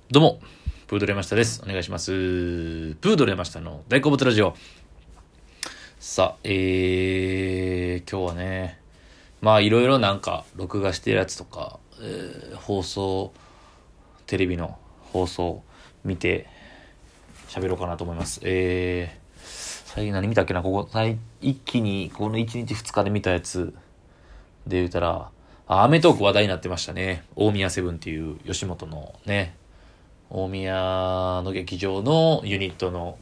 どうも、プードル山下です。お願いします。プードル山下の大好物ラジオ。さあ、今日はね、まあいろいろなんか録画してるやつとか、放送、テレビの放送見て喋ろうかなと思います。最近何見たっけな、一気にこの1日2日で見たやつで言うたら、アメトーーク話題になってましたね。大宮セブンっていう吉本のね、大宮の劇場のユニットの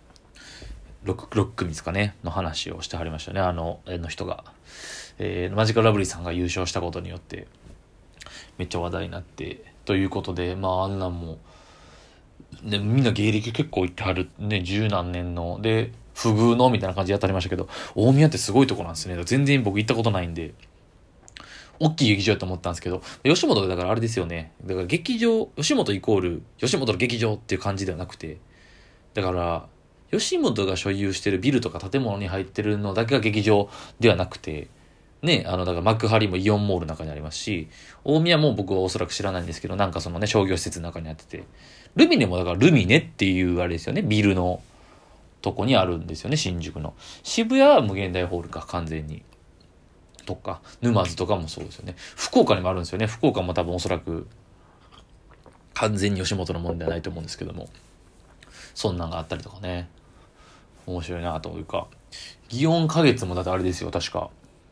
6組ですかねの話をしてはりましたね。の人が、マジカルラブリーさんが優勝したことによってめっちゃ話題になってということで、まああんなんも、ね、みんな芸歴結構いってはるね、十何年ので不遇のみたいな感じでやってありましたけど、大宮ってすごいとこなんですね。全然僕行ったことないんで大きい劇場やと思ったんですけど、吉本でだからあれですよね。だから劇場、吉本イコール、吉本の劇場っていう感じではなくて、だから、吉本が所有してるビルとか建物に入ってるのだけが劇場ではなくて、ね、だから幕張もイオンモールの中にありますし、大宮も僕はおそらく知らないんですけど、なんかそのね、商業施設の中にあってて、ルミネもだからルミネっていうあれですよね、ビルのとこにあるんですよね、新宿の。渋谷は無限大ホールか、完全に。とか、沼津とかもそうですよね。福岡にもあるんですよね。福岡も多分おそらく完全に吉本のものではないと思うんですけども、そんなんがあったりとかね。面白いなというか。祇園花月もだってあれですよ、確か。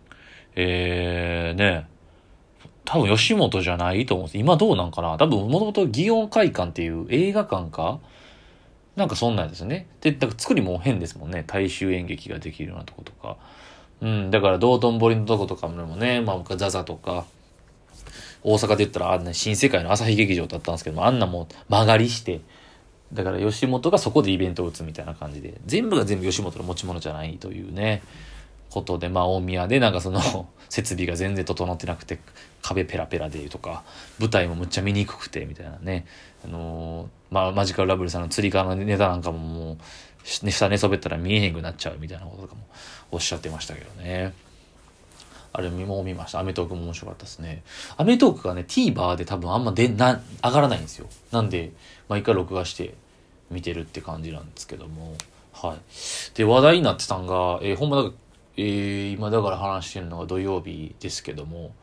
ね、多分吉本じゃないと思うんです。今どうなんかな、多分もともと祇園会館っていう映画館かなんかそんなんですね。で、だから作りも変ですもんね。大衆演劇ができるようなとことか。うん、だから道頓堀のとことかもね、まあ、ザザとか、大阪で言ったらあんな新世界の朝日劇場だったんですけども、あんなもう曲がりして、だから吉本がそこでイベントを打つみたいな感じで、全部が全部吉本の持ち物じゃないというね、ことで、まあ大宮でなんかその設備が全然整ってなくて、壁ペラペラでとか、舞台もむっちゃ見にくくてみたいなね、まあマジカルラブリーさんの釣り革のネタなんかももう、下寝そべったら見えへんくなっちゃうみたいなこととかもおっしゃってましたけどね。あれも見ました。アメトークも面白かったですね。アメトークがね、TVer で多分あんま上がらないんですよ。なんで、毎回録画して見てるって感じなんですけども。はい。で、話題になってたんが、ほんまだから、今だから話してるのが土曜日ですけども、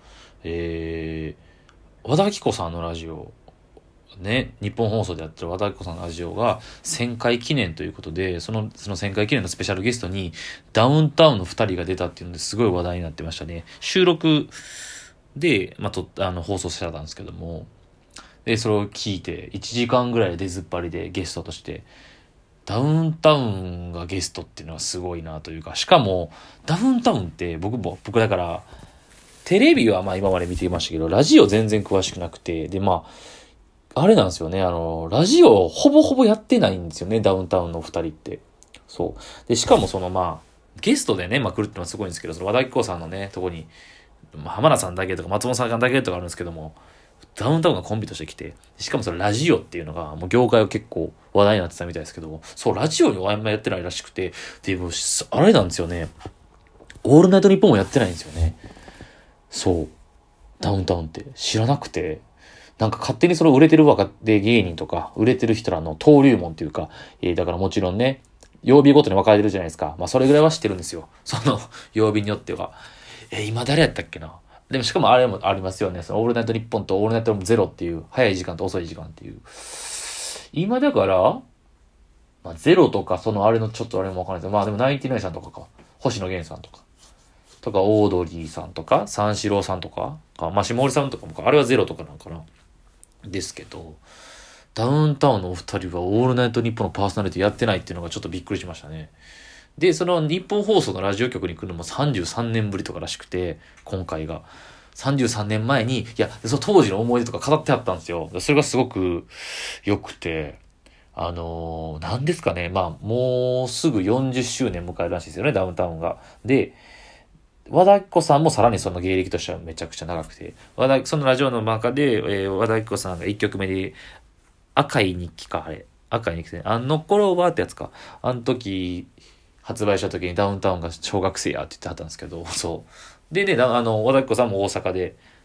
和田アキ子さんのラジオ、ね、日本放送でやってる和田アキ子さんのラジオが1000回記念ということで、その1000回記念のスペシャルゲストにダウンタウンの2人が出たっていうのですごい話題になってましたね。収録で、まあ、放送してたんですけども、で、それを聞いて1時間ぐらい出ずっぱりでゲストとして、ダウンタウンがゲストっていうのはすごいなというか、しかもダウンタウンって僕だから、テレビはまあ今まで見ていましたけど、ラジオ全然詳しくなくて、でまあ、あれなんですよね。ラジオほぼほぼやってないんですよね。ダウンタウンのお二人って。そう。で、しかもまあ、ゲストでね、まあ来るってのはすごいんですけど、その和田アキ子さんのね、とこに、まあ、浜田さんだけとか松本さんだけとかあるんですけども、ダウンタウンがコンビとして来て、しかもそれラジオっていうのが、もう業界は結構話題になってたみたいですけど、そう、ラジオにあんまやってないらしくて、で、もあれなんですよね。オールナイトニッポンもやってないんですよね。そう。ダウンタウンって知らなくて、なんか勝手にそれ売れてる若手芸人とか、売れてる人らの登竜門っていうか、だからもちろんね、曜日ごとに分かれてるじゃないですか。まあそれぐらいは知ってるんですよ。その曜日によっては。今誰やったっけな。でもしかもあれもありますよね。そのオールナイトニッポンとオールナイトゼロっていう、早い時間と遅い時間っていう。今だから、まあゼロとかそのあれのちょっとあれもわかんないですけど、まあでもナインティナインさんとかか。星野源さんとか。とか、オードリーさんとか、三四郎さんとか、まあ、下森さんとかもか、あれはゼロとかなんかな。ですけど、ダウンタウンのお二人はオールナイトニッポンのパーソナリティやってないっていうのがちょっとびっくりしましたね。で、その日本放送のラジオ局に来るのも33年ぶりとからしくて、今回が。33年前に、いや、その当時の思い出とか語ってあったんですよ。それがすごく良くて、何ですかね。まあ、もうすぐ40周年迎えるらしいですよね、ダウンタウンが。で、和田アキ子さんもさらにその芸歴としてはめちゃくちゃ長くて、そのラジオの中で、和田アキ子さんが1曲目で、赤い日記か、あれ。赤い日記ね。あの頃はってやつか。あの時、発売した時にダウンタウンが小学生やって言ってはったんですけど、そう。でね、和田アキ子さんも大阪で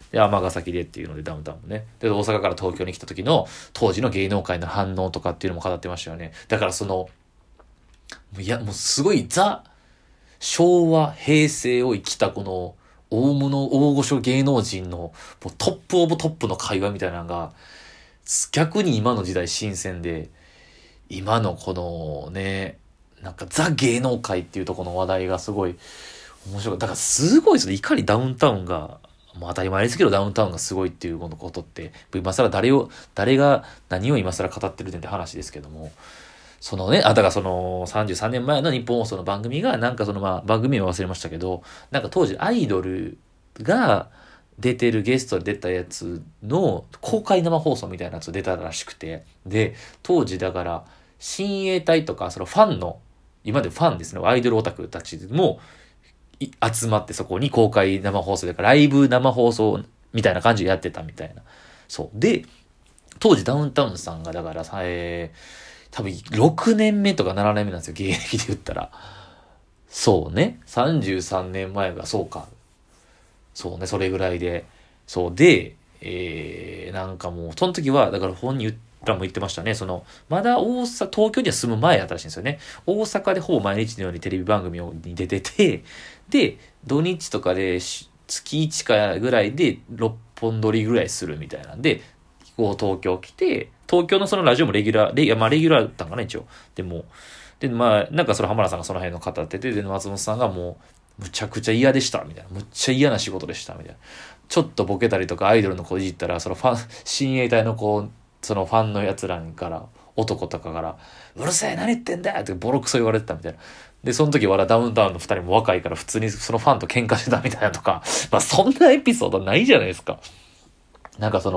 で、尼崎でっていうのでダウンタウンもね。で、大阪から東京に来た時の当時の芸能界の反応とかっていうのも語ってましたよね。だからその、いや、もうすごい昭和、平成を生きたこの大御所芸能人のもうトップオブトップの会話みたいなのが、逆に今の時代新鮮で、今のこのね、なんかザ芸能界っていうところの話題がすごい面白い。だからすごいですね。いかにダウンタウンが、もう当たり前ですけどダウンタウンがすごいっていうことって、今更誰が何を今更語ってるって話ですけども、そのね、だからその33年前の日本放送の番組が、なんかその番組は忘れましたけど、なんか当時アイドルが出てるゲストで出たやつの公開生放送みたいなやつ出たらしくて、で、当時だから親衛隊とかそのファンの、今でファンですね、アイドルオタクたちも集まってそこに公開生放送でライブ生放送みたいな感じでやってたみたいな。そう。で、当時ダウンタウンさんがだから多分6年目とか7年目なんですよ、芸歴で言ったら。そうね。33年前がそうか。そうね、それぐらいで。そうで、なんかもう、その時は、だから本人らも言ってましたね。まだ東京には住む前やったらしいんですよね。大阪でほぼ毎日のようにテレビ番組に出てて、で、土日とかで月1かぐらいで6本撮りぐらいするみたいなんで、こう東京来て、東京のそのラジオもレギュラーだったんかな、一応。なんか浜田さんがその辺の語ってて、で、松本さんがもう、むちゃくちゃ嫌でした、みたいな。むっちゃ嫌な仕事でした、みたいな。ちょっとボケたりとかアイドルの子いじったら、親衛隊のそのファンの奴らから男とかから、うるせえ何言ってんだよってボロクソ言われてたみたいな。で、その時ダウンタウンの二人も若いから普通にそのファンと喧嘩してたみたいなとか、そんなエピソードないじゃないですか。なんか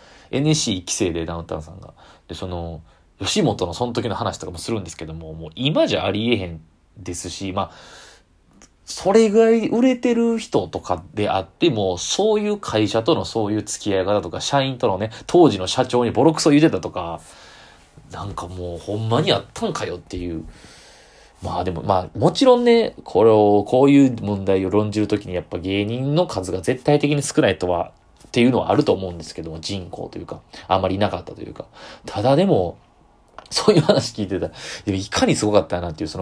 NSC 期生でダウンタウンさんが。で、吉本のその時の話とかもするんですけども、もう今じゃありえへんですし、それぐらい売れてる人とかであっても、そういう会社とのそういう付き合い方とか、社員とのね、当時の社長にボロクソ言うてたとか、なんかもうほんまにあったんかよっていう。でももちろんね、こういう問題を論じるときにやっぱ芸人の数が絶対的に少ないっていうのはあると思うんですけども、人口というか、あんまりいなかったというか。ただでも、そういう話聞いてたら、でもいかにすごかったなっていう、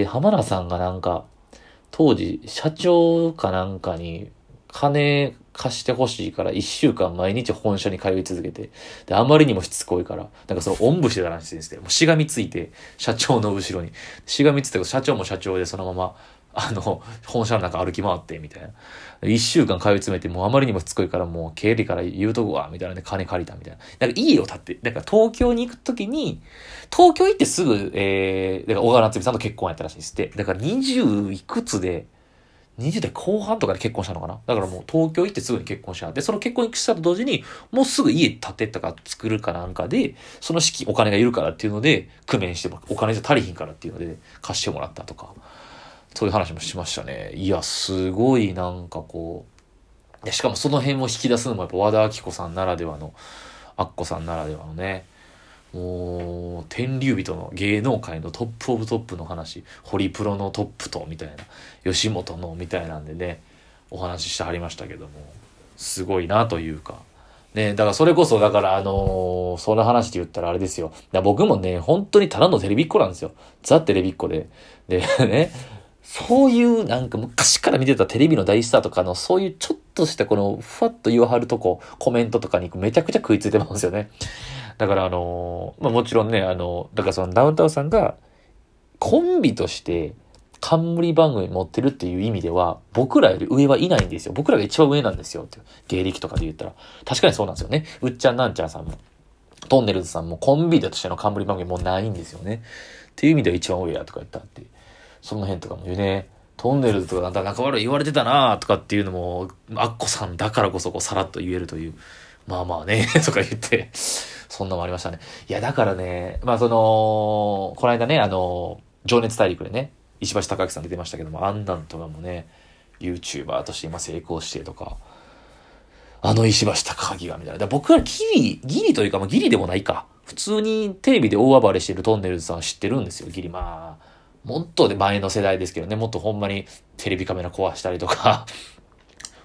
浜田さんがなんか、当時、社長かなんかに金貸してほしいから1週間毎日本社に通い続けて、で、あまりにもしつこいから、なんかおんぶしてたらしいんですね。もうしがみついて、社長の後ろに。しがみついて、社長も社長でそのまま、本社の中歩き回って、みたいな。1週間通い詰めて、もうあまりにもしつこいから、もう経理から言うとこわ、みたいなで金借りたみたいな。なんか家を建って、だから東京に行くときに、東京行ってすぐ、だから小川夏美さんと結婚やったらしいですって。だから20いくつで、20代後半とかで結婚したのかな。だからもう東京行ってすぐに結婚した。で、その結婚したと同時に、もうすぐ家建てたか作るかなんかで、そのお金がいるからっていうので、工面してお金じゃ足りひんからっていうので、貸してもらったとか、そういう話もしましたね。いや、すごいなんかしかもその辺を引き出すのもやっぱ和田アキ子さんならではの、アッコさんならではのね、もう、天竜人の芸能界のトップオブトップの話、ホリプロのトップと、みたいな、吉本の、みたいなんでね、お話ししてはりましたけども、すごいなというか。ね、だからそれこそ、だからその話で言ったらあれですよ。僕もね、本当にただのテレビっ子なんですよ。ザ・テレビっ子で。で、ね、そういうなんか昔から見てたテレビの大スターとかのそういうちょっとしたふわっと言わはるとコメントとかにめちゃくちゃ食いついてますんですよね。だからもちろんね、だからダウンタウンさんがコンビとして冠番組持ってるっていう意味では僕らより上はいないんですよ。僕らが一番上なんですよ。芸歴とかで言ったら。確かにそうなんですよね。うっちゃんなんちゃんさんも、トンネルズさんもコンビとしての冠番組もうないんですよね。っていう意味では一番上やとか言ったって。その辺とかもね、トンネルズとかなんか仲悪い言われてたなとかっていうのも、アッコさんだからこそさらっと言えるという、まあね、とか言って、そんなのもありましたね。いや、だからね、この間ね、情熱大陸でね、石橋貴明さん出てましたけども、あんなんとかもね、YouTuber として今成功してとか、石橋貴明がみたいな。僕はギリというか、ギリでもないか。普通にテレビで大暴れしてるトンネルズさんは知ってるんですよ、ギリ。もっとで前の世代ですけどね、もっとほんまにテレビカメラ壊したりとか、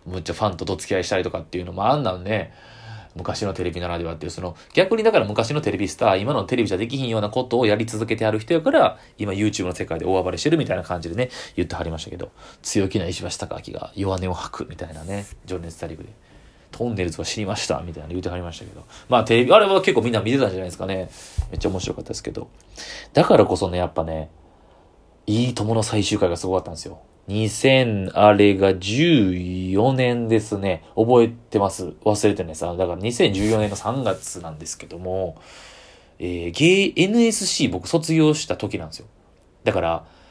むっちゃファンとどつき合いしたりとかっていうのもあんなんね、昔のテレビならではっていう、逆にだから昔のテレビスター、今のテレビじゃできひんようなことをやり続けてある人やから、今 YouTube の世界で大暴れしてるみたいな感じでね、言ってはりましたけど、強気な石橋貴明が弱音を吐くみたいなね、情熱大陸で。トンネルズは知りましたみたいな言ってはりましたけど。まあテレビ、あれは結構みんな見てたんじゃないですかね。めっちゃ面白かったですけど。だからこそね、やっぱね、いい友の最終回がすごかったんですよ。あれが14年ですね。覚えてます。忘れてないさ。だから2014年の3月なんですけども、NSC 僕卒業した時なんですよ。だから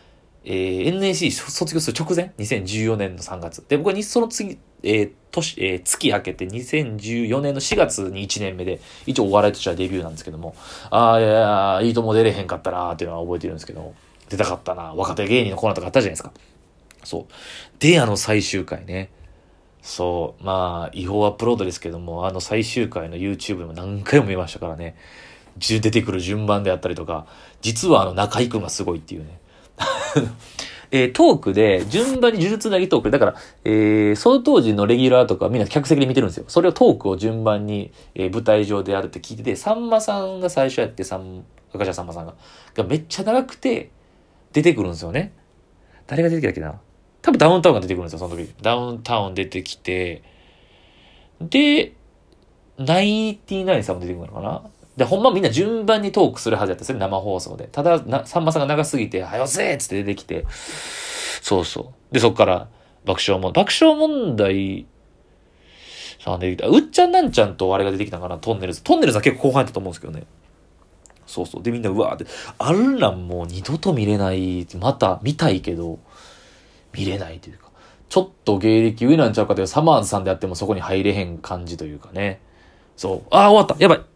、NSC 卒業する直前 ?2014 年の3月。で、僕はその次、月明けて2014年の4月に1年目で、一応お笑いとしてはデビューなんですけども、いいとも出れへんかったなーっていうのは覚えてるんですけど、出たかったな、若手芸人のコーナーとかあったじゃないですか。そう。で、最終回ね。そう。まあ、違法アップロードですけども、最終回の YouTube でも何回も見ましたからね。出てくる順番であったりとか、実は中居くんがすごいっていうね。トークで、順番に呪術なぎトークで、だから、その当時のレギュラーとかみんな客席で見てるんですよ。それをトークを順番に、舞台上でやるって聞いてて、さんまさんが最初やって、赤ちさんまさんがめっちゃ長くて、出てくるんですよね。誰が出てきたっけな、多分ダウンタウンが出てくるんですよ、その時。ダウンタウン出てきて、で、ナインティナインさんも出てくるのかな。で、ほんまみんな順番にトークするはずやったんですよ、生放送で。ただ、さんまさんが長すぎて、はよせーっつって出てきて、そうそう。で、そっから爆笑問題さん出てきた。うっちゃんなんちゃんとあれが出てきたかな、トンネルズは結構後半やったと思うんですけどね。そうそう。で、みんなうわーって、あんなんもう二度と見れない、また見たいけど、見れないというか、ちょっと芸歴上なんちゃうかというサマーズさんであってもそこに入れへん感じというかね。そう。終わった。やばい。